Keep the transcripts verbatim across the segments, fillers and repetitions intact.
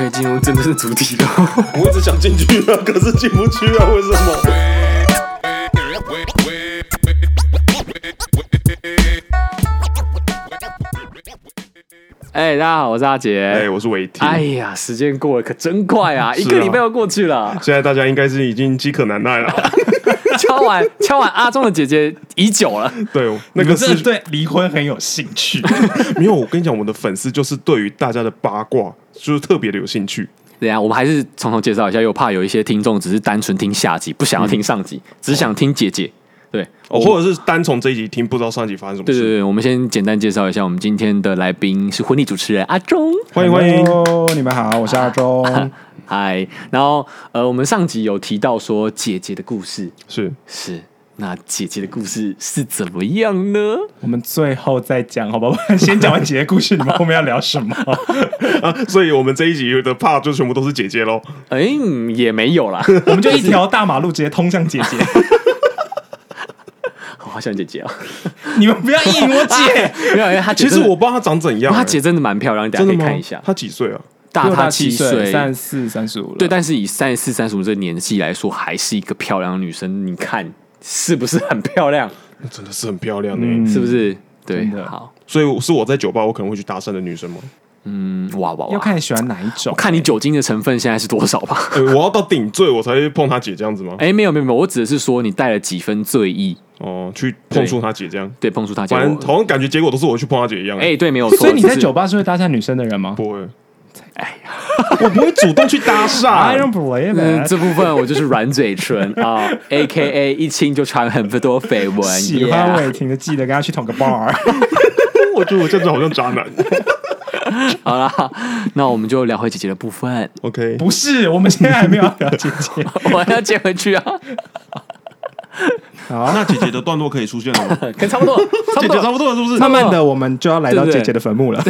可以进入真正的主题了。 我一直想进去啊，可是进不去啊，为什么？ 哎、欸，大家好，我是阿杰。 哎、欸，我是伟霆。 哎呀，时间过得可真快啊，一个礼拜又过去了。 现在大家应该是已经饥渴难耐了。 敲完敲完阿忠的姐姐已久了。 对，那个是对离婚很有兴趣。 没有，我跟你讲，我们的粉丝就是对于大家的八卦就是特别的有兴趣。 对啊，我们还是从头介绍一下，因为我怕有一些听众只是单纯听下集，不想要听上集，嗯、只想听姐姐。对， 哦，或者是单从这一集听，不知道上集发生什么事。 对对对，我们先简单介绍一下，我们今天的来宾是婚礼主持人阿忠， 欢迎欢迎， 你们好，我是阿忠。 嗨，然后呃，我们上集有提到说姐姐的故事， 是是，那姐姐的故事是怎么样呢？ 我们最后再讲，好不好？先讲完姐姐故事，你们后面要聊什么？ 啊，所以我们这一集的 part 就全部都是姐姐喽。 哎、嗯，也没有啦， 我们就一条大马路直接通向姐姐。 好像姐姐啊！ 你们不要意淫我姐。 没有，因为她其实我不知道她长怎样、欸， 她姐真的蛮漂亮，大家可以看一下。 她几岁啊？ 大她七岁， 三十四、三十五。 对，但是以三十四、三十五这个年纪来说，还是一个漂亮的女生。你看是不是很漂亮？ 真的是很漂亮的、欸嗯， 是不是？对，好。 所以是我在酒吧，我可能会去搭讪的女生吗？ 嗯，哇哇哇！ 要看你喜欢哪一种。 我看你酒精的成分现在是多少吧？ 欸、我要到顶醉我才会碰她姐这样子吗？ 哎、欸，没有没有没有，我指的是说你带了几分醉意。 哦，去碰触她姐这样， 对，碰触她姐， 反正好像感觉结果都是我去碰她姐一样。 哎、欸，对，没有错。 所以你在酒吧是会搭讪女生的人吗？ 不会， 哎呀， 我不会主动去搭讪。 I don't believe it、 嗯。这部分我就是软嘴唇啊 ，A K A 一亲就传很多绯闻。 喜欢伟霆的记得跟他去同个 bar。 我觉得我现在好像渣男。 好啦，那我们就聊回姐姐的部分。 OK， 不是，我们现在还没有要聊姐姐， 我要接回去啊。 好，那姐姐的段落可以出现了吗？ 跟差不多， 姐姐差不多了，是不是？ 慢慢的，我们就要来到姐姐的坟墓了。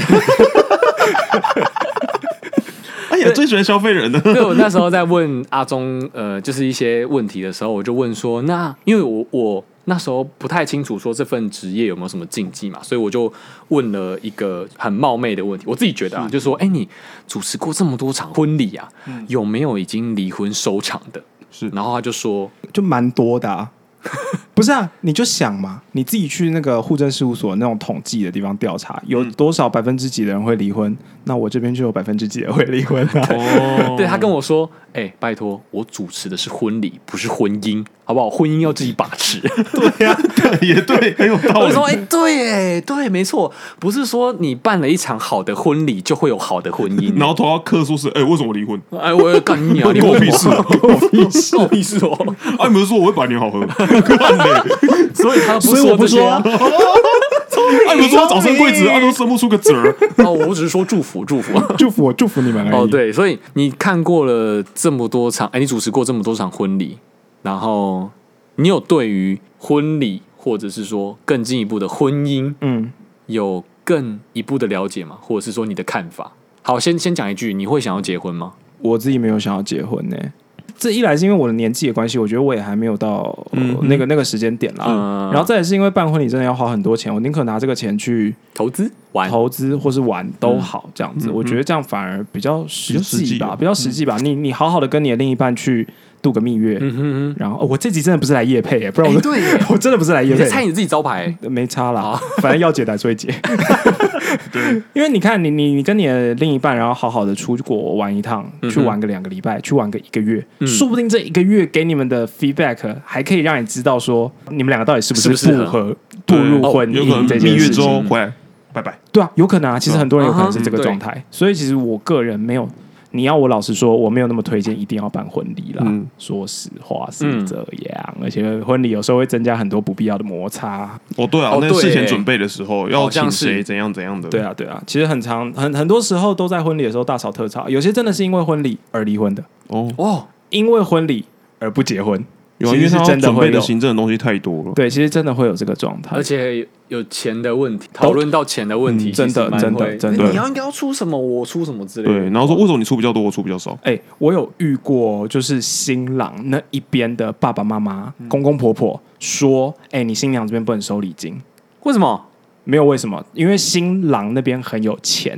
哎呀，最喜欢消费人的。 对，我那时候在问阿忠，呃，就是一些问题的时候，我就问说，那因为我我那时候不太清楚说这份职业有没有什么禁忌嘛，所以我就问了一个很冒昧的问题。我自己觉得啊，就是说，哎，你主持过这么多场婚礼啊，嗯、有没有已经离婚收场的？ 是， 然后他就说， 就蛮多的啊。不是啊，你就想嘛，你自己去那个户政事务所那种统计的地方调查，有多少百分之几的人会离婚？那我这边就有百分之几的人会离婚啊。 哦，对，他跟我说，哎、欸，拜托，我主持的是婚礼，不是婚姻，好不好？婚姻要自己把持。 对呀、啊，对，也对，很有道理。 我说，哎、欸，对，哎，对，没错，不是说你办了一场好的婚礼就会有好的婚姻， 然后头要客诉是，哎、欸，为什么离婚？ 哎，我要干你啊！你关我屁事， 关我屁事，关我屁事哦！ 啊，你们说我会百年好合， 所以他不所以我不说、啊。 啊，你们说我早生贵子，啊，都生不出个子儿。 哦，我只是说祝福，祝福， 祝福我，祝福你们而已。 哦，对，所以你看过了这么多场，哎，你主持过这么多场婚礼，然后你有对于婚礼或者是说更进一步的婚姻，嗯，有更一步的了解吗？或者是说你的看法？好，先先讲一句，你会想要结婚吗？ 我自己没有想要结婚呢、欸。这一来是因为我的年纪的关系，我觉得我也还没有到、嗯、那个那个时间点啦、嗯。然后再来是因为办婚礼真的要花很多钱，我宁可拿这个钱去投资、玩、 投资或是玩都好，这样子、嗯，我觉得这样反而比较实际吧，比较实际吧。你你好好的跟你的另一半去度个蜜月，嗯哼哼然后、哦、我这集真的不是来业配耶，不然我、欸、对我真的不是来业配， 你猜你自己招牌， 没差啦，反正要结还是会结。对，因为你看你你你跟你的另一半，然后好好的出国玩一趟，嗯、去玩个两个礼拜，去玩个一个月、嗯，说不定这一个月给你们的 feedback 还可以让你知道说你们两个到底是不是不合步入婚姻这件事情。 蜜月之后回来拜拜， 对啊，有可能啊，其实很多人有可能是这个状态、嗯，所以其实我个人没有。你要我老实说，我没有那么推荐一定要办婚礼啦。嗯、说实话是这样、嗯，而且婚礼有时候会增加很多不必要的摩擦。 哦，对啊，哦、那事前准备的时候要请谁怎样怎样的。 对啊，对啊，其实很常很很多时候都在婚礼的时候大吵特吵，有些真的是因为婚礼而离婚的。哦哦，因为婚礼而不结婚。 有，因为他准备的行政的东西太多了。 对，其实真的会有这个状态， 而且有钱的问题，讨论到钱的问题， 嗯、真的真的真的， 你要应该要出什么，我出什么之类的。 对，然后说为什么你出比较多，我出比较少？ 哎、欸，我有遇过，就是新郎那一边的爸爸妈妈、嗯、公公婆婆说，哎、欸，你新娘这边不能收礼金， 为什么？ 没有为什么，因为新郎那边很有钱。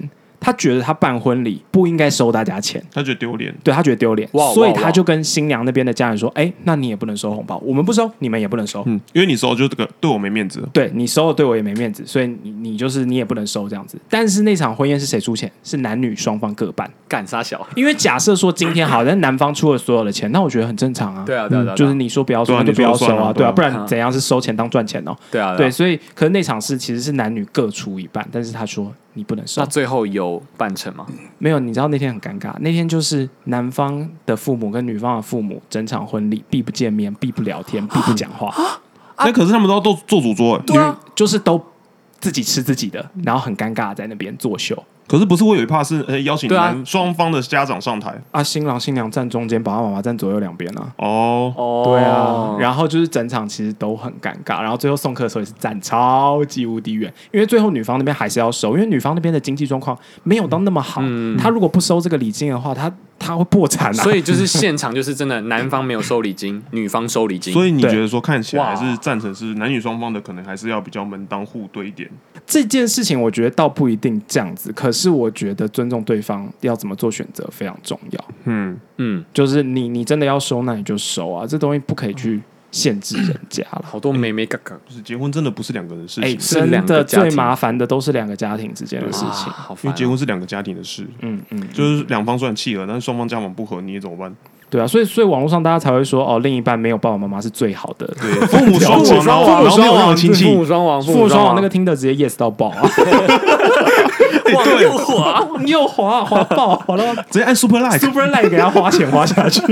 他觉得他办婚礼不应该收大家钱， 他觉得丢脸， 对他觉得丢脸， 哇所以他就跟新娘那边的家人说：“哎，那你也不能收红包，我们不收，你们也不能收。 嗯，因为你收就这个对我没面子。 对你收了对我也没面子，所以你你就是你也不能收这样子。但是那场婚宴是谁出钱？是男女双方各半。 干啥小？ 因为假设说今天好，但男方出了所有的钱，那我觉得很正常啊。 对啊，对啊，对啊， 嗯就是你说不要收， 对啊那就不要收啊，对啊， 你说了算了不然怎样是收钱当赚钱哦？ 对啊， 对，所以可是那场是其实是男女各出一半，但是他说你不能收那。最后有办成吗？ 没有，你知道那天很尴尬，那天就是男方的父母跟女方的父母整场婚礼必不见面，必不聊天，必不讲话， 那可是他们都要做做主桌， 女就是都自己吃自己的，然后很尴尬在那边作秀。 可是不是我有一怕是呃邀请对啊男双方的家长上台啊，新郎新娘站中间，爸爸妈妈站左右两边啊。 哦， 哦， 对啊，然后就是整场其实都很尴尬，然后最后送客的时候也是站超级无敌远，因为最后女方那边还是要收，因为女方那边的经济状况没有到那么好， 嗯她如果不收这个礼金的话，她她会破产啊。 所以就是现场就是真的，男方没有收礼金，女方收礼金， 所以你对觉得说看起来还哇是赞成是男女双方的可能还是要比较门当户对一点。 这件事情我觉得倒不一定这样子，可是我觉得尊重对方要怎么做选择非常重要。 嗯， 嗯， 就是你你真的要收，那你就收啊，这东西不可以去限制人家了。 好多妹妹嘎嘎， 就是结婚真的不是两个人的事哎、 情， 是真的两个家庭最麻烦的都是两个家庭之间的事情。 啊好因为烦啊。 结婚是两个家庭的事， 嗯嗯， 就是两方虽然契合，但是双方家长不合，你也怎么办？ 对啊，所以所以网络上大家才会说哦，另一半没有爸爸妈妈是最好的。 对，父母双亡，然后父母然后没有任何亲戚， 父母双亡， 父母双亡那个个听的直接 yes 到爆啊， 往右滑， 又滑滑爆，滑到直接按 super like。 super like 给他花钱花下去。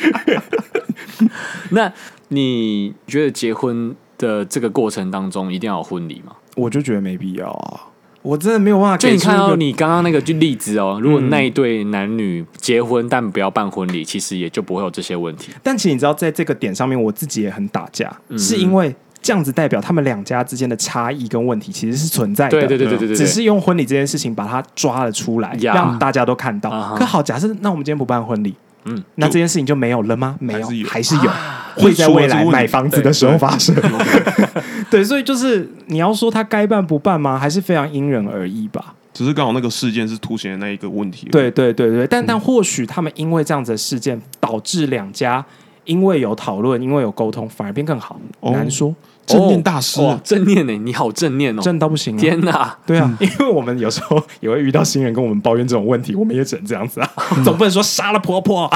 那你觉得结婚的这个过程当中一定要有婚礼吗？ 我就觉得没必要啊，我真的没有办法就你给出一个。 看到你刚刚那个就例子哦，如果那一对男女结婚但不要办婚礼，其实也就不会有这些问题。 但其实你知道，在这个点上面，我自己也很打架， 嗯是因为这样子代表他们两家之间的差异跟问题其实是存在的。 对对对对对对， 只是用婚礼这件事情把它抓了出来， 呀让大家都看到。 啊哈可好，假设那我们今天不办婚礼， 嗯， 那这件事情就没有了吗？没有， 还是有还是有，会在未来买房子的时候发生。 对对，所以就是你要说他该办不办吗？还是非常因人而异吧。 只是刚好那个事件是凸显的那一个问题。 对对对对，但但或许他们因为这样子的事件，导致两家因为有讨论，因为有沟通，反而变更好， 哦难说。 正念大师， 哇，正念呢？你好正念哦！ 正到不行啊！ 天哪， 对啊，因为我们有时候也会遇到新人跟我们抱怨这种问题，我们也只能这样子啊，总不能说杀了婆婆，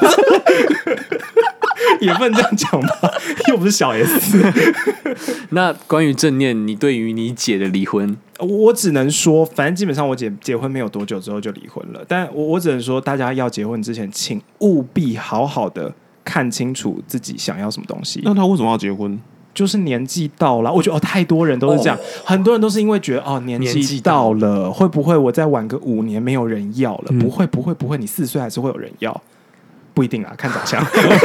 也不能这样讲吧，又不是小 S。 那关于正念，你对于你姐的离婚， 我只能说，反正基本上我姐结婚没有多久之后就离婚了，但我我只能说，大家要结婚之前，请务必好好的看清楚自己想要什么东西。 那他为什么要结婚？ 就是年纪到了，我觉得哦，太多人都是这样，很多人都是因为觉得哦，年年纪纪到到了，会不会我再晚个五年没有人要了？ 嗯不会，不会，不会，你四岁还是会有人要，不一定啊，看长相。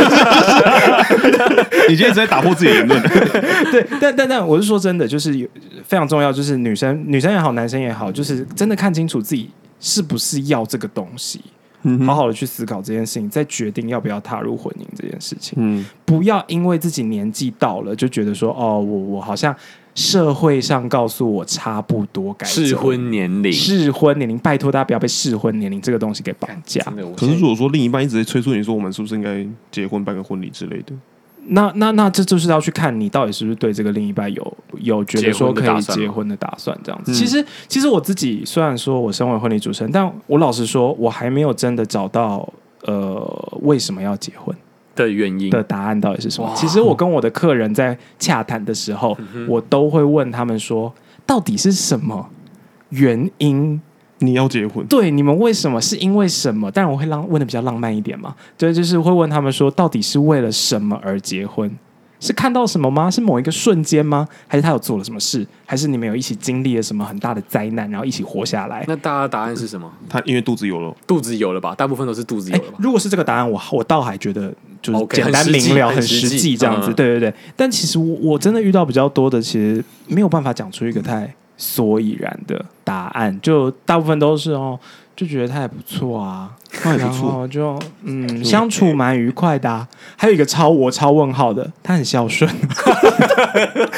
你今天一直在打破自己的言论。 对，但但但我是说真的，就是有非常重要，就是女生女生也好，男生也好，就是真的看清楚自己是不是要这个东西。好好的去思考这件事情，再决定要不要踏入婚姻这件事情。 嗯， 不要因为自己年纪到了就觉得说，哦，我我好像社会上告诉我差不多该走适婚年龄， 适婚年龄，拜托大家不要被适婚年龄这个东西给绑架。 真的，我可是如果说另一半一直在催促你说，我们是不是应该结婚办个婚礼之类的？ 那那那这就是要去看你到底是不是对这个另一半有有觉得说可以结婚的打算这样子。 嗯其实其实我自己虽然说我身为婚礼主持人，但我老实说，我还没有真的找到呃为什么要结婚的原因的答案到底是什么哇。 其实我跟我的客人在洽谈的时候，我都会问他们说，到底是什么原因？ 你要结婚？ 对，你们为什么？是因为什么？当然我会浪问的比较浪漫一点嘛，对，就是会问他们说，到底是为了什么而结婚？是看到什么吗？是某一个瞬间吗？还是他有做了什么事？还是你们有一起经历了什么很大的灾难，然后一起活下来？ 那大家答案是什么？ 他因为肚子有了， 肚子有了吧？大部分都是肚子有哎了吧？ 如果是这个答案，我我倒还觉得就是 OK， 简单明了、很实很实际际这样子。 嗯对对对，但其实我我真的遇到比较多的，其实没有办法讲出一个太所以然的答案，就大部分都是哦，就觉得他也不错啊， 他也不错， 然后就嗯相处蛮愉快的、啊。还有一个超我超问号的，他很孝顺，他又不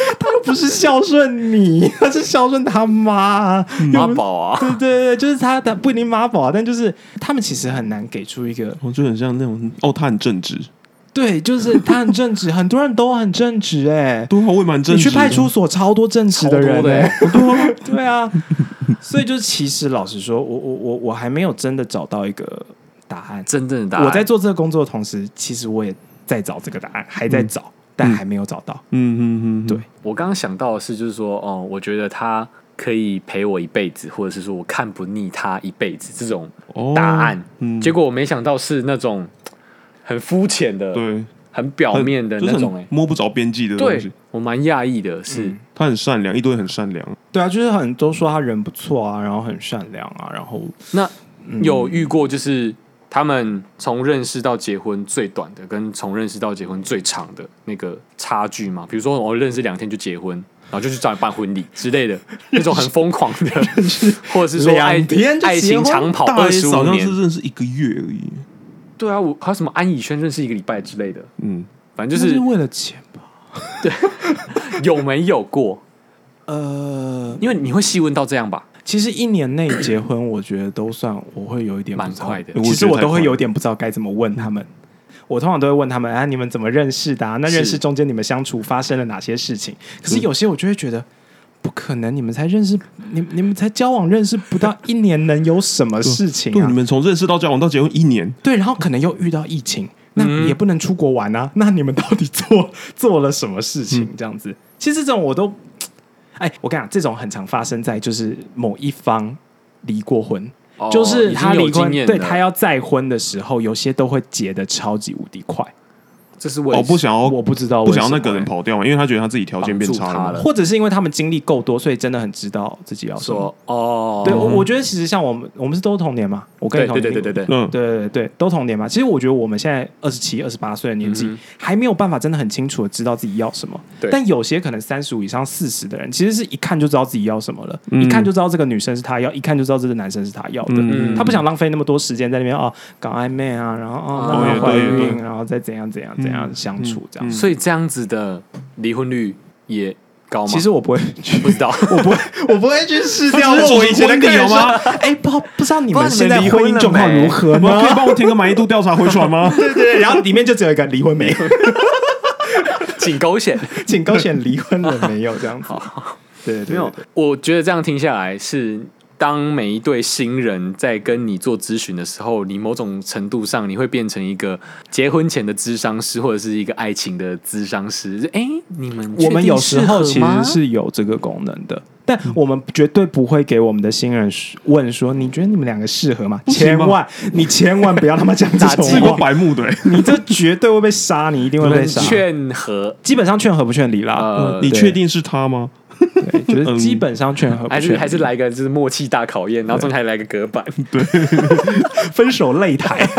不是孝顺你，他是孝顺他妈妈宝啊， 对对对，就是他他不一定妈宝啊，但就是他们其实很难给出一个， 我觉得很像那种哦，他很正直， 对，就是他很正直，很多人都很正直哎、欸， 对啊，我也蛮正直的。 你去派出所超多正直的人的、 欸，对对啊，所以就是其实老实说，我我我我还没有真的找到一个答案， 真正的答案。 我在做这个工作的同时，其实我也在找这个答案，还在找，嗯、但还没有找到。 嗯嗯嗯， 对， 我刚刚想到的是，就是说，哦，我觉得他可以陪我一辈子，或者是说我看不腻他一辈子这种答案。哦嗯、结果我没想到是那种很肤浅的， 对， 很表面的那种、欸， 就是、摸不着边际的东西。 对，我蛮讶异的是、嗯， 他很善良，一堆很善良。 对啊，就是很多都说他人不错啊，然后很善良啊，然后那、嗯、有遇过就是他们从认识到结婚最短的，跟从认识到结婚最长的那个差距吗？比如说我认识两天就结婚，然后就去找你办婚礼之类的，那种很疯狂的，或者是说爱爱情长跑二十五年， 好像是认识一个月而已。 对啊，我还有什么安以轩认识一个礼拜之类的，嗯，反正就是, 是为了钱吧？ 对，有没有过？ 呃， 因为你会细问到这样吧？ 其实一年内结婚，我觉得都算我会有一点蛮快的。 其实我都会有点不知道该怎么问他们。我通常都会问他们：“啊，你们怎么认识的、啊？那认识中间你们相处发生了哪些事情？”可是有些我就会觉得。不可能！你们才认识，你你们才交往认识不到一年，能有什么事情啊？ 对，你们从认识到交往到结婚一年， 对，然后可能又遇到疫情，那也不能出国玩啊。嗯、那你们到底做做了什么事情？嗯、这样子，其实这种我都，哎，我跟你讲，这种很常发生在就是某一方离过婚，哦、就是他离婚，对他要再婚的时候，有些都会结得超级无敌快。 这是为哦，不想要， 我不知道不想要那个人跑掉嘛，因为他觉得他自己条件变差了， 了或者是因为他们经历够多，所以真的很知道自己要什么。 哦， 对，我我觉得其实像我们，我们是都同年嘛，我跟你同年， 对对对对对， 嗯，对对对，都同年嘛。其实我觉得我们现在二十七、二十八岁的年纪，嗯、还没有办法真的很清楚的知道自己要什么。但有些可能三十五以上、四十的人，其实是一看就知道自己要什么了，嗯、一看就知道这个女生是他要，一看就知道这个男生是他要的。嗯、他不想浪费那么多时间在那边哦搞暧昧啊，然后哦让他怀孕，然后再怎样怎样怎样相处。这样， 所以这样子的离婚率也高吗？ 其实我不会， 不知道， 我不会，我不会去试掉我以前的理由吗？哎，不不知道你们现在婚姻状况如何吗？ 可以帮我填个满意度调查回传吗？ 对对，然后里面就只有一个离婚没， 请勾选， 请勾选离婚了没有这样子。对对，没有， 我觉得这样听下来是。当每一对新人在跟你做咨询的时候，你某种程度上你会变成一个结婚前的咨商师，或者是一个爱情的咨商师。哎、欸，你们我们有时候其实是有这个功能的，但我们绝对不会给我们的新人问说：“你觉得你们两个适合吗？”千万，你千万不要他妈讲这种话， 是个白目的、欸， 你这绝对会被杀，你一定会被杀。 劝和， 基本上劝和不劝离啦。 呃、你确定是他吗？ 对，就是基本上劝和不劝离， 还是还是来个就是默契大考验，然后中间还来个隔板， 对， 分手擂台。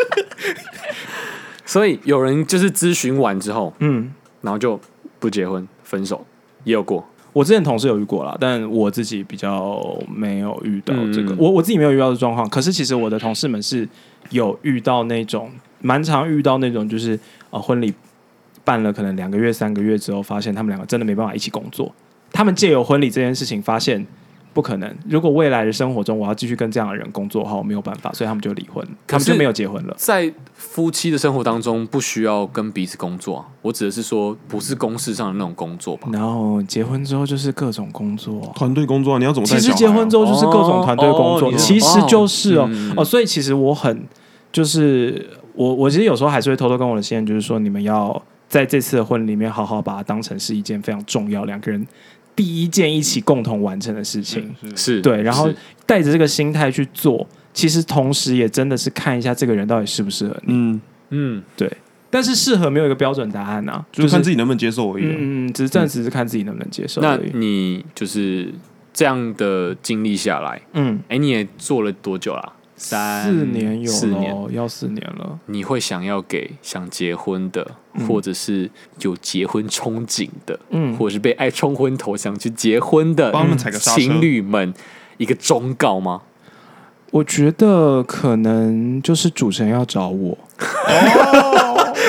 所以有人就是咨询完之后， 嗯， 然后就不结婚分手，也有过。 我之前同事有遇过啦，但我自己比较没有遇到这个， 嗯、 我我自己没有遇到的状况。可是其实我的同事们是有遇到那种，蛮常遇到那种，就是呃婚礼办了可能两个月、三个月之后，发现他们两个真的没办法一起工作。他们借由婚礼这件事情发现不可能，如果未来的生活中我要继续跟这样的人工作的话，我没有办法，所以他们就离婚，他们就没有结婚了。 在夫妻的生活当中，不需要跟彼此工作、啊，我指的是说不是公事上的那种工作吧。 然后结婚之后就是各种工作， 团队工作、啊，你要怎么带小孩、啊？ 其实结婚之后就是各种团队工作， 哦、 其实就是哦、 嗯、 哦，所以其实我很就是我我其实有时候还是会偷偷跟我的新人就是说，你们要在这次的婚礼里面好好把它当成是一件非常重要两个人。第一件一起共同完成的事情是对，然后带着这个心态去做，其实同时也真的是看一下这个人到底适不适合你。 嗯嗯， 对。但是适合没有一个标准答案啊， 就是看自己能不能接受而已、啊。 嗯嗯，只是暂时是看自己能不能接受而已。 那你就是这样的经历下来，嗯，哎，你也做了多久啦？三四年有四年， 要四年了。 你会想要给想结婚的，嗯、或者是有结婚憧憬的，嗯，或者是被爱冲昏头想去结婚的， 帮他们踩个刹车情侣们一个忠告吗？ 我觉得可能就是主持人要找我。 哦，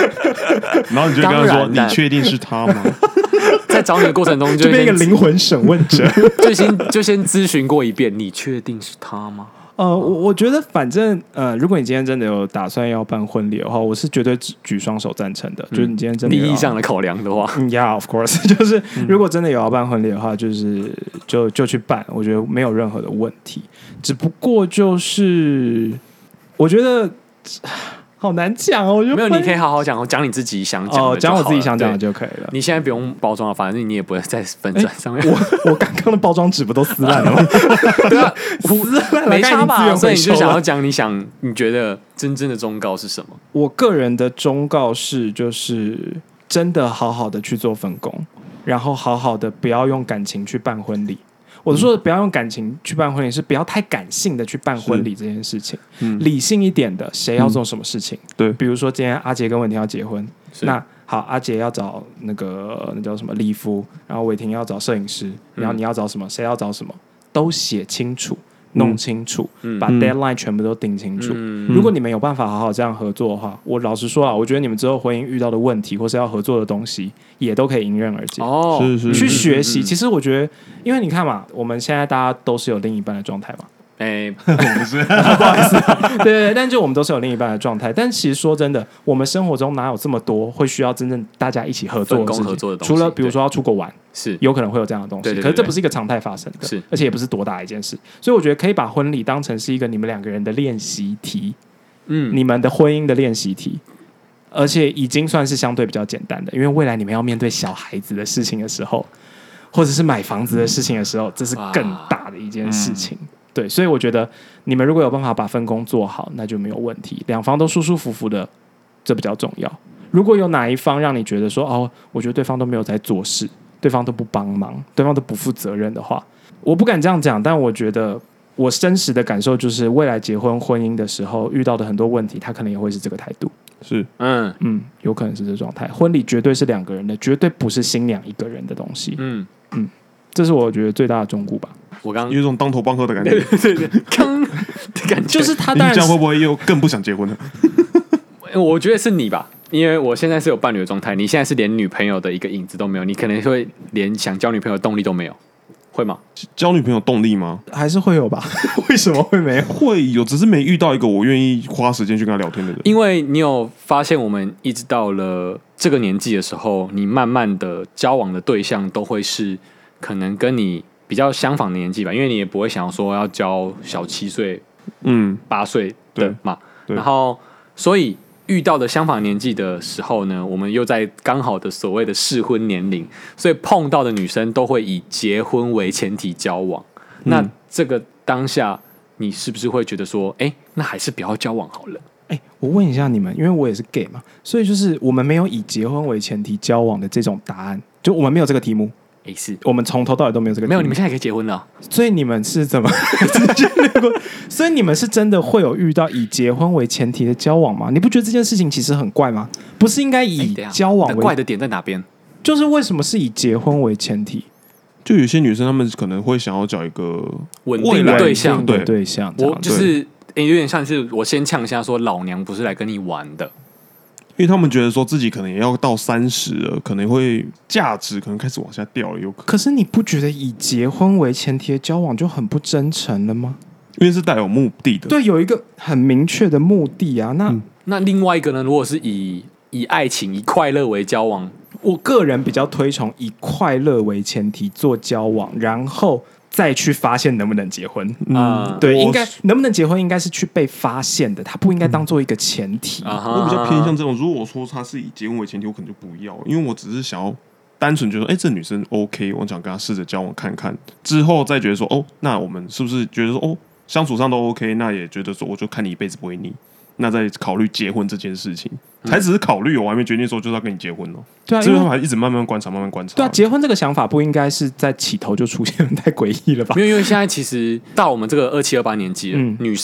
然后你就跟他说：“你确定是他吗？” 在找你的过程中就， 就变一个灵魂审问者， 就先就先咨询过一遍，你确定是他吗？ 呃，我我觉得反正呃，如果你今天真的有打算要办婚礼的话，我是绝对举双手赞成的。嗯、就是你今天真的利益上的考量的话、 嗯、，Yeah, of course， 就是如果真的有要办婚礼的话，就是就就去办，我觉得没有任何的问题。只不过就是我觉得。好难讲哦，我觉得没有，你可以好好讲，讲你自己想讲的哦，讲我自己想讲的就可以了。 你现在不用包装了，反正你也不会在粉专上面。 我我刚刚的包装纸不都撕烂了吗？ 对啊， 撕烂了， 没差吧？所以你就想要讲，你想你觉得真正的忠告是什么？ 我个人的忠告是，就是真的好好的去做分工，然后好好的不要用感情去办婚礼。我说的不要用感情去办婚礼，是不要太感性的去办婚礼这件事情，嗯、理性一点的，谁要做什么事情？嗯、 对， 比如说今天阿杰跟伟霆要结婚，那好，阿杰要找那个那叫什么礼服，然后伟霆要找摄影师，然后你要找什么，谁要找什么，都写清楚。弄清楚，嗯、把 deadline 全部都定清楚。嗯、如果你们有办法好好这样合作的话，我老实说啊，我觉得你们之后婚姻遇到的问题，或是要合作的东西，也都可以迎刃而解。 哦， 是是去学习。其实我觉得，因为你看嘛，我们现在大家都是有另一半的状态嘛。 哎、欸， 不是， 不好意思，对对对，但就我们都是有另一半的状态。但其实说真的，我们生活中哪有这么多会需要真正大家一起合作的事情？ 合作的东西， 除了比如说要出国玩， 是有可能会有这样的东西， 对对对对， 可是这不是一个常态发生的， 是， 而且也不是多大一件事。所以我觉得可以把婚礼当成是一个你们两个人的练习题，嗯，你们的婚姻的练习题。而且已经算是相对比较简单的，因为未来你们要面对小孩子的事情的时候，或者是买房子的事情的时候，这是更大的一件事情。嗯、对，所以我觉得你们如果有办法把分工做好，那就没有问题，两方都舒舒服服的，这比较重要。如果有哪一方让你觉得说，哦，我觉得对方都没有在做事，对方都不帮忙，对方都不负责任的话，我不敢这样讲，但我觉得我真实的感受就是，未来结婚婚姻的时候遇到的很多问题，他可能也会是这个态度。 是， 嗯嗯，有可能是这状态。婚礼绝对是两个人的，绝对不是新娘一个人的东西。嗯嗯，这是我觉得最大的忠告吧。 我刚有一种当头棒喝的感觉， 对对对，刚的感觉， 就是他当然这样会不会又更不想结婚了？ 我觉得是你吧，因为我现在是有伴侣的状态，你现在是连女朋友的一个影子都没有，你可能会连想交女朋友的动力都没有。会吗？ 交女朋友动力吗？ 还是会有吧？为什么会没有？ 会有，只是没遇到一个我愿意花时间去跟他聊天的人。 因为你有发现，我们一直到了这个年纪的时候，你慢慢的交往的对象都会是可能跟你比较相仿的年纪吧，因为你也不会想说要交小七岁、嗯八岁的嘛。然后，所以遇到的相仿年纪的时候呢，我们又在刚好的所谓的适婚年龄，所以碰到的女生都会以结婚为前提交往。嗯、那这个当下，你是不是会觉得说，哎、欸，那还是不要交往好了？ 哎、欸，我问一下你们，因为我也是 gay 嘛，所以就是我们没有以结婚为前提交往的这种答案，就我们没有这个题目。 哎、欸，是我们从头到尾都没有这个题目。 没有，你们现在可以结婚了。 所以你们是怎么直接略过？所以你们是真的会有遇到以结婚为前提的交往吗？你不觉得这件事情其实很怪吗？不是应该以交往为、 欸、怪的点在哪边？ 就是为什么是以结婚为前提？ 就有些女生她们可能会想要找一个稳定的对象， 对对象。 我就是、欸、有点像是我先呛一下说，老娘不是来跟你玩的。 因为他们觉得说自己可能也要到三十了，可能会价值可能开始往下掉了，有可能。 可是你不觉得以结婚为前提的交往就很不真诚了吗？ 因为是带有目的的， 对，有一个很明确的目的啊。那、嗯、 那另外一个呢？如果是以以爱情、以快乐为交往， 我个人比较推崇以快乐为前提做交往，然后再去发现能不能结婚啊、嗯？对，应该能不能结婚应该是去被发现的，它不应该当做一个前提。 嗯、我比较偏向这种，如果我说他是以结婚为前提，我可能就不要，因为我只是想要单纯觉得，哎、欸，这女生 OK， 我想跟她试着交往看看，之后再觉得说，哦，那我们是不是觉得说，哦，相处上都 OK， 那也觉得说，我就看你一辈子不会腻。那再考虑结婚这件事情，才只是考虑，我还没决定说就是要跟你结婚哦。 对啊， 这边还一直慢慢观察，慢慢观察。 对啊，结婚这个想法不应该是在起头就出现，太诡异了吧？ 因为因为现在其实到我们这个二七二八年纪了、嗯，女生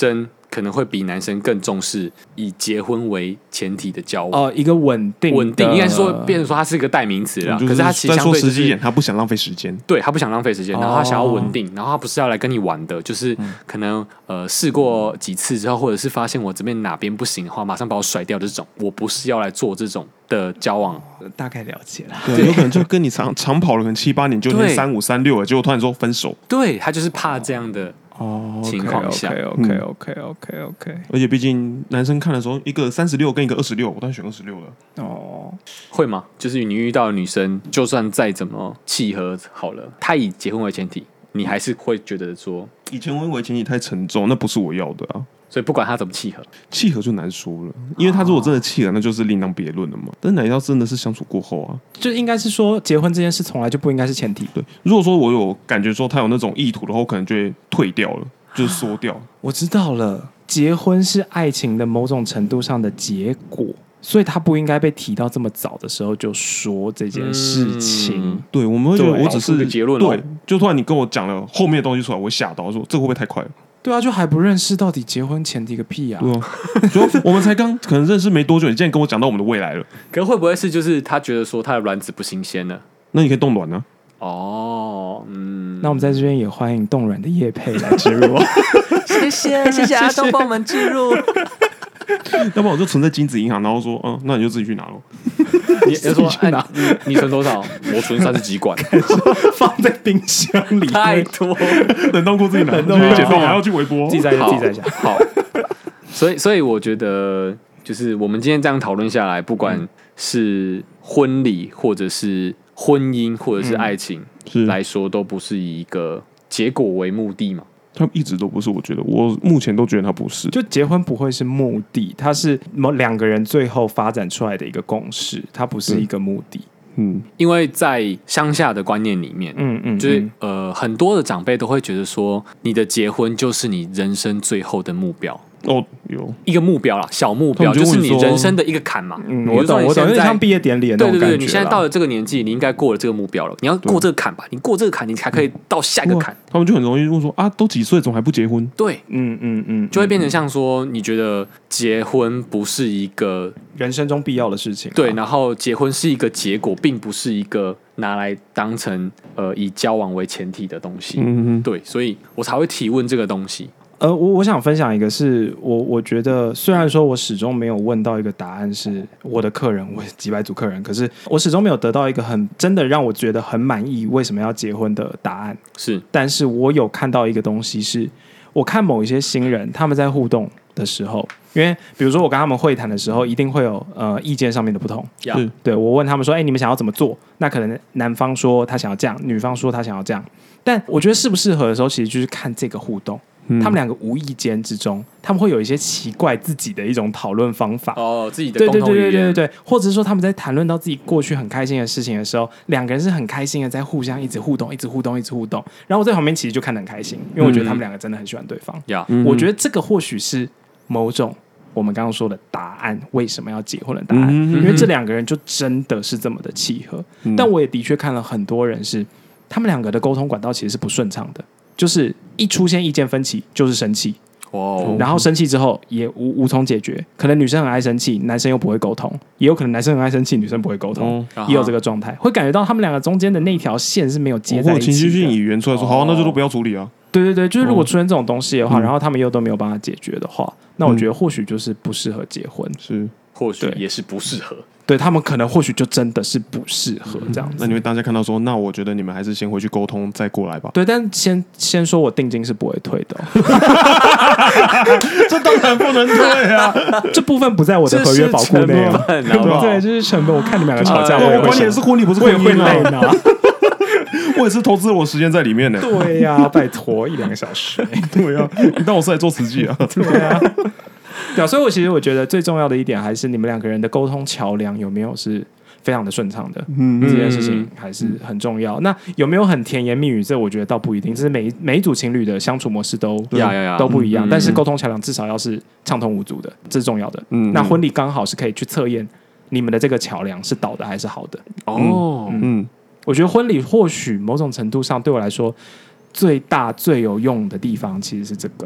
可能会比男生更重视以结婚为前提的交往。 哦，一个稳定稳定应该是说，变成说它是一个代名词了。 就是、 可是他其实相对、就是、 再说实际一点，他不想浪费时间， 对他不想浪费时间，然后他想要稳定， 哦、 然后他不是要来跟你玩的，就是可能呃试过几次之后，或者是发现我这边哪边不行的话，马上把我甩掉这种。我不是要来做这种的交往。 哦、大概了解了， 对，有可能就跟你长长跑了可能七八年，就三五三六了，结果突然说分手。 对他就是怕这样的。 哦， 情况下 ，OK OK OK OK OK， 而且毕竟男生看的时候，一个三十六跟一个二十六，我当然选二十六了。 哦， 会吗？就是你遇到的女生，就算再怎么契合好了，她以结婚为前提，你还是会觉得说， 以结婚为前提太沉重，那不是我要的啊。 所以不管他怎么契合， 契合就难说了，因为他如果真的契合，那就是另当别论了嘛。但哪要真的是相处过后啊， 就应该是说结婚这件事从来就不应该是前提。 对，如果说我有感觉说他有那种意图的话，我可能就会退掉了，就是缩掉。 我知道了，结婚是爱情的某种程度上的结果，所以他不应该被提到这么早的时候就说这件事情。 嗯、对，我们会觉得我只是结论、 哦，对，就突然你跟我讲了后面的东西出来，我会吓到，说这会不会太快了？ 对啊，就还不认识，到底结婚前提个屁啊！ 对啊，就我们才刚可能认识没多久，你竟然跟我讲到我们的未来了。 可会不会是就是他觉得说他的卵子不新鲜呢？ 那你可以冻卵啊。 哦，嗯， 那我们在这边也欢迎冻卵的业配来植入。 谢谢谢谢阿东帮我们植入。 要不然我就存在精子银行，然后说，嗯，那你就自己去拿咯。 你就说，哎，你你存多少？我存三十几管， 放在冰箱里， 太多， 冷冻库自己拿，就解冻还要去微波， 自己在自己在想。 好，所以所以我觉得，就是我们今天这样讨论下来，不管是婚礼或者是婚姻或者是爱情、嗯、来说，都不是以一个结果为目的嘛。 他一直都不是，我觉得我目前都觉得他不是。 就结婚不会是目的，它是某两个人最后发展出来的一个共识，它不是一个目的。 嗯， 因为在乡下的观念里面， 嗯嗯， 就是呃，很多的长辈都会觉得说，你的结婚就是你人生最后的目标。 哦，有一个目标啦，小目标就, 就是你人生的一个坎嘛。 嗯，我懂，我懂，有点像毕业典礼的那种感觉。 对对对，你现在到了这个年纪，你应该过了这个目标了，你要过这个坎吧？你过这个坎，你才可以到下一个坎。 他们就很容易问说啊，都几岁，怎么还不结婚？ 对， 嗯嗯嗯， 就会变成像说，你觉得结婚不是一个人生中必要的事情、啊， 对，然后结婚是一个结果，并不是一个拿来当成呃以交往为前提的东西。 嗯嗯， 对，所以我才会提问这个东西。 呃，我我想分享一个是我我觉得虽然说我始终没有问到一个答案是我的客人，我几百组客人，可是我始终没有得到一个很真的让我觉得很满意为什么要结婚的答案。 是， 但是我有看到一个东西是，我看某一些新人他们在互动的时候，因为比如说我跟他们会谈的时候，一定会有呃意见上面的不同。 Yeah. 对，我问他们说，哎、欸，你们想要怎么做？那可能男方说他想要这样，女方说他想要这样。但我觉得适不适合的时候，其实就是看这个互动。他们两个无意间之中，他们会有一些奇怪自己的一种讨论方法哦，自己的共同语言， 对对对对对对，或者是说他们在谈论到自己过去很开心的事情的时候，两个人是很开心的在互相一直互动，一直互动，一直互动。然后我在旁边其实就看得很开心，因为我觉得他们两个真的很喜欢对方。 呀、 嗯，我觉得这个或许是某种我们刚刚说的答案，为什么要结婚的答案， 嗯、 因为这两个人就真的是这么的契合。嗯、但我也的确看了很多人是他们两个的沟通管道其实是不顺畅的。就是一出现意见分歧就是生气， 哦， 然后生气之后也无无从解决。可能女生很爱生气，男生又不会沟通；也有可能男生很爱生气，女生不会沟通，哦、也有这个状态。会感觉到他们两个中间的那条线是没有接在一起的。 情绪性语言出来说，好、啊，那就都不要处理啊。 对对对，就是如果出现这种东西的话， 嗯、 然后他们又都没有办法解决的话，那我觉得或许就是不适合结婚， 是或许也是不适合。 对他们可能或许就真的是不适合这样子。 那你们大家看到说，那我觉得你们还是先回去沟通再过来吧。 对，但先先说我定金是不会退的、哦， 这当然不能退啊， 这部分不在我的合约保护内啊。 对， 这是成本。我看你们两个吵架， 我管你也是婚礼不是婚姻啊。 我也是投资了我时间在里面呢。 对呀、啊，拜托一两个小时。 对呀、啊，你当我是来做慈济啊？ 对啊。对啊，所以我其实我觉得最重要的一点还是你们两个人的沟通桥梁有没有是非常的顺畅的，嗯，这件事情还是很重要。那有没有很甜言蜜语？这我觉得倒不一定，这是每每一组情侣的相处模式都呀呀呀都不一样。嗯、但是沟通桥梁至少要是畅通无阻的，这是重要的。嗯，那婚礼刚好是可以去测验你们的这个桥梁是倒的还是好的。 哦， 嗯，嗯我觉得婚礼或许某种程度上对我来说最大最有用的地方其实是这个。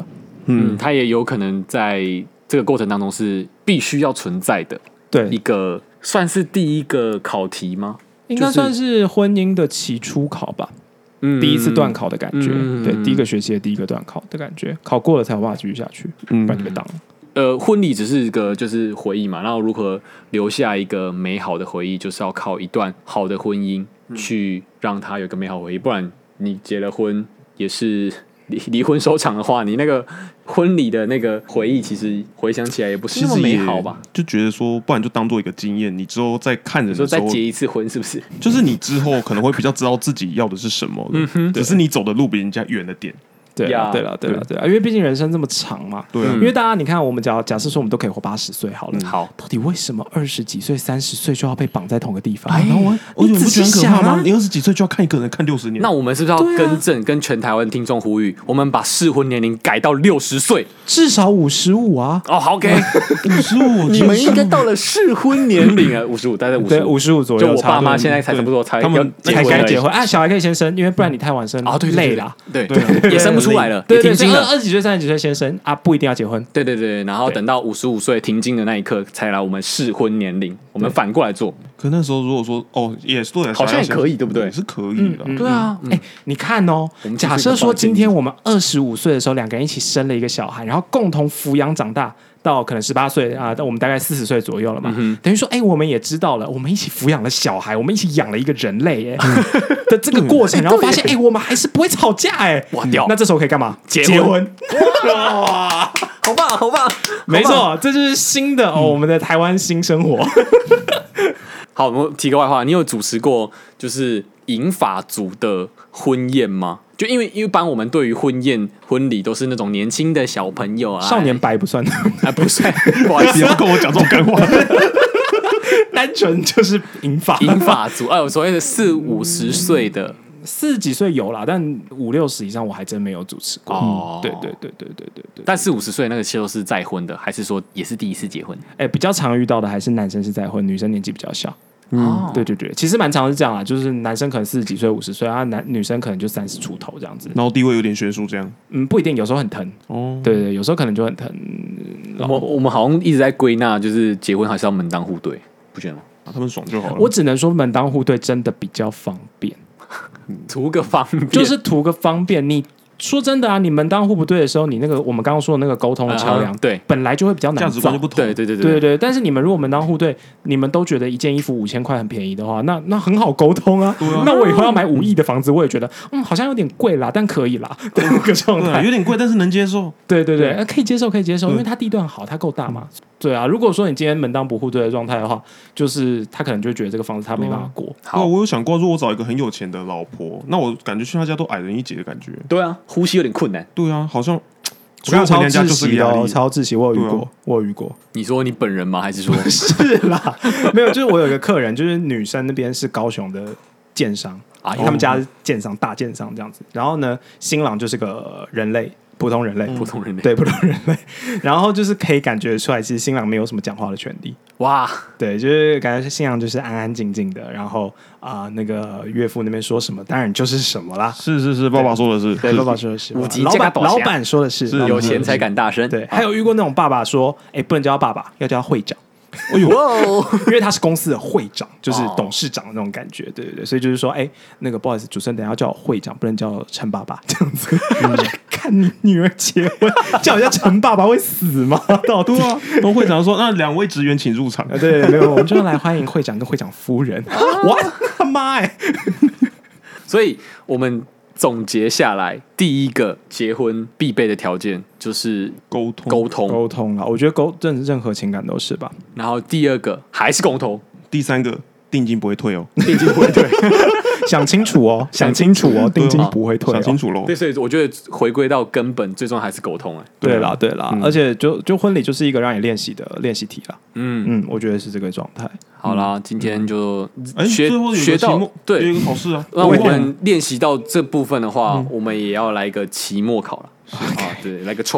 嗯，它也有可能在这个过程当中是必须要存在的， 对， 一个算是第一个考题吗？ 应该算是婚姻的期初考吧。 嗯， 第一次段考的感觉， 嗯、 对，第一个学期的第一个段考的感觉，考过了才有办法继续下去， 嗯、 不然就被当了。 呃，婚礼只是一个就是回忆嘛，然后如何留下一个美好的回忆，就是要靠一段好的婚姻去让它有一个美好回忆，不然你结了婚也是离离婚收场的话，你那个婚礼的那个回忆，其实回想起来也不是那么美好吧？ 就觉得说，不然就当做一个经验，你之后再看人的时候， 再结一次婚，是不是？ 就是你之后可能会比较知道自己要的是什么，嗯哼，只是你走的路比人家远了点。 对啊，对了，对了，对啊，因为毕竟人生这么长嘛。 对啊， 因为大家你看，我们假假设说我们都可以活八十岁好了， 好， 到底为什么二十几岁、三十岁就要被绑在同个地方？ 然后我， 你仔细想啊， 你二十几岁就要看一个人看六十年， 那我们是不是要更正，跟全台湾听众呼吁，我们把适婚年龄改到六十岁， 至少五十五啊？ 哦，好 ，OK， 五十五， 你们应该到了适婚年龄啊，五十五，大概五十五十五左右。 就我爸妈现在才差不多才他们才该结婚啊，小孩可以先生，因为不然你太晚生啊，对， 累了， 对，也生不出来了， 对对。二十几岁、三十几岁先生啊，不一定要结婚。 对对对，然后等到五十五岁停经的那一刻，才来我们适婚年龄。我们反过来做。 可那时候如果说哦，也是对， 好像也可以，对不对？ 是可以的。 对啊， 哎，你看哦，假设说今天我们二十五岁的时候，两个人一起生了一个小孩，然后共同抚养长大。到可能十八岁啊，到我们大概四十岁左右了嘛，嗯、等于说，哎、欸，我们也知道了，我们一起抚养了小孩，我们一起养了一个人类，哎、嗯、的这个过程，然后发现，哎、欸，我们还是不会吵架，哎， 哇屌！ 那这时候可以干嘛？ 结结婚！ 哇，好棒，好棒！ 没错，这就是新的哦，我们的台湾新生活。 好，我们提个外话，你有主持过就是银发族的婚宴吗？就因为一般我们对于婚宴婚礼都是那种年轻的小朋友啊， 少年白不算， 啊不算，不好意思， 不要跟我讲这种干话， 单纯就是银发银发族，哎、啊，所谓的四五十岁的， 四十几岁有啦，但五六十以上我还真没有主持过。 哦， 对对对对对对对。 但四五十岁那个其实都是再婚的，还是说也是第一次结婚？ 哎、欸，比较常遇到的还是男生是再婚，女生年纪比较小。 嗯， 对对对，其实蛮常是这样啊，就是男生可能四十几岁、五十岁啊，男女生可能就三十出头这样子， 然后地位有点悬殊，这样。 嗯，不一定，有时候很疼哦。对对，有时候可能就很疼。 我们我们好像一直在归纳，就是结婚还是要门当户对，不觉得吗？ 啊，他们爽就好了。 我只能说门当户对真的比较方便， 图个方便， 就是图个方便。你说真的啊，你门当户不对的时候，你那个我们刚刚说的那个沟通的桥梁， 呃、对， 本来就会比较难造， 价值观就不同。 对对对对对对。但是你们如果门当户对，你们都觉得一件衣服五千块很便宜的话，那那很好沟通啊。 啊那我以后要买五亿的房子，我也觉得嗯好像有点贵啦，但可以啦，对那个状态、 啊、有点贵，但是能接受。 对对对，呃、可以接受可以接受，因为它地段好，它够大嘛。对啊，如果说你今天门当不户对的状态的话，就是他可能就觉得这个房子他没办法过。 嗯、好，我有想过，如果我找一个很有钱的老婆，那我感觉去他家都矮人一截的感觉。 对啊，呼吸有点困难。 对啊，好像我刚超窒息的哦，超窒息，我有遇过，啊、我有遇过。 你说你本人吗？还是说是啦？没有，就是我有一个客人，就是女生那边是高雄的建商啊，他们家是建商大建商这样子。然后呢，新郎就是个人类。普通人类， 普通人类， 对普通人类，然后就是可以感觉出来，其实新郎没有什么讲话的权利。 哇， 对，就是感觉新郎就是安安静静的，然后啊、呃，那个岳父那边说什么，当然就是什么啦。 是是是，爸爸说的是， 对，爸爸说的是， 五级老板老板说的是， 是有钱才敢大声。 对，还有遇过那种爸爸说，哎，不能叫他爸爸，要叫他会长。 哎呦， 因为他是公司的会长，就是董事长的那种感觉，对对对，所以就是说，哎，那个不好意思，主持人等一下要叫我会长，不能叫陈爸爸这样子。我就看你女儿结婚，叫人家陈爸爸会死吗？到底啊，然后会长说，那两位职员请入场。 对，没有，我们就来欢迎会长跟会长夫人。哇，他妈哎！ 所以我们总结下来，第一个结婚必备的条件就是沟通， 沟通， 沟通啊！我觉得沟任任何情感都是吧。 然后第二个还是沟通， 第三个定金不会退哦， 定金不会退， 想清楚哦，想清楚哦，定金不会退、哦， 想清楚喽。 对，所以我觉得回归到根本，最重要还是沟通哎。 对啦，对啦，嗯、而且就就婚礼就是一个让你练习的练习题啦。 嗯嗯，我觉得是这个状态。 好啦，今天就学、 欸、学到对有一个考试啊。 那我们练习到这部分的话，嗯、我们也要来个期末考了啊，对，来个抽考。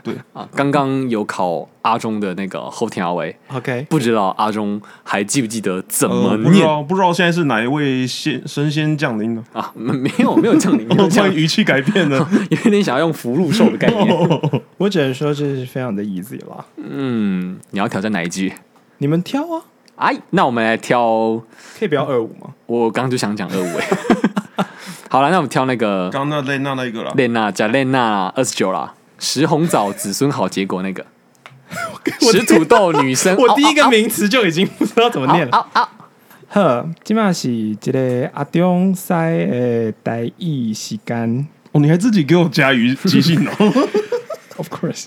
对啊，刚刚有考阿中的那个后天阿伟 OK， 不知道阿中还记不记得怎么呃、不知念、 道不知道现在是哪一位仙神仙降临呢？ 啊？没有没有降临，没有突降临， 然语气改变了。 有点想要用福禄寿的概念。 我只能说这是非常的 easy 啦。 嗯，你要挑战哪一句？ 你们挑啊， 哎，那我们来挑， 可以不要二五吗？ 我刚刚就想讲二五哎。好了，那我们挑那个刚刚那雷娜那一个啦， 列娜加列娜二十九啦，食红枣子孙好结果那个。食土豆女生， 我第一个名词就已经不知道怎么念了。 啊啊！ 呵，今嘛是一个阿中西的台语时间。 哦，你还自己给我加语即兴哦。 Of course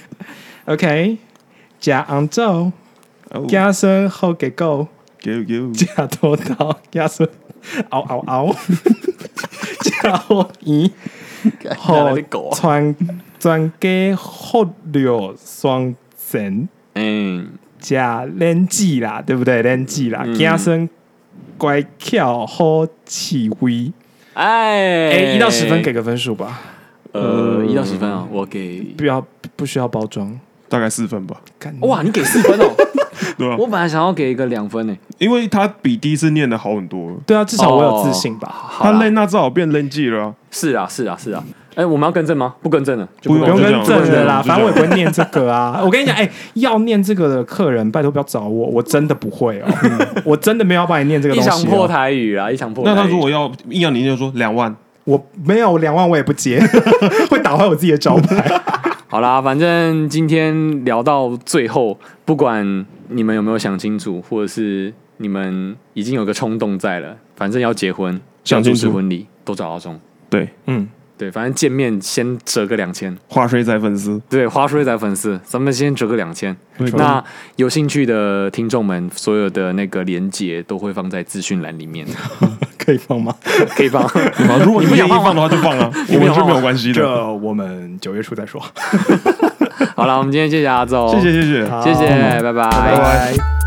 。OK， 加红枣，加孙好结果， 给给加土豆，加孙嗷嗷嗷，加好盐，好全全家好料双神。 嗯， 加len子啦，对不对？len子啦，加生乖巧好气味。 哎， 哎，一到十分给个分数吧。 呃，一到十分啊，我给不要不需要包装。 大概四分吧。 哇，你给四分哦。 对啊， 我本来想要给一个两分呢， 因为他比第一次念的好很多。 对啊，至少我有自信吧。 好啦他雷娜至少变雷记了啊。 是啊，是啊，是啊。哎，我们要更正吗？不更正了，就不用不用跟正的啦， 就这样反正我也不会念这个啊。我跟你讲，哎，要念这个的客人，拜托不要找我，我真的不会哦，我真的没有要帮你念这个一东西。 场破台语啊，一场破台语。 那他如果要硬要你念，就说两万。 我没有两万，我也不接，会打坏我自己的招牌。 好啦，反正今天聊到最后，不管你们有没有想清楚，或者是你们已经有个冲动在了，反正要结婚、要主持婚礼，都找阿中。 对， 嗯， 对，反正见面先折个两千， 花税在粉丝。 对，花税在粉丝，咱们先折个两千。 没错那有兴趣的听众们，所有的那个连结都会放在资讯栏里面， 可以放吗？ 可以放。 如果你不愿意想放放的话，就放啊，我们就没有关系的。 这我们九月初再说。 好了，我们今天谢谢阿周， 谢谢谢谢。 谢谢，拜拜， 拜拜。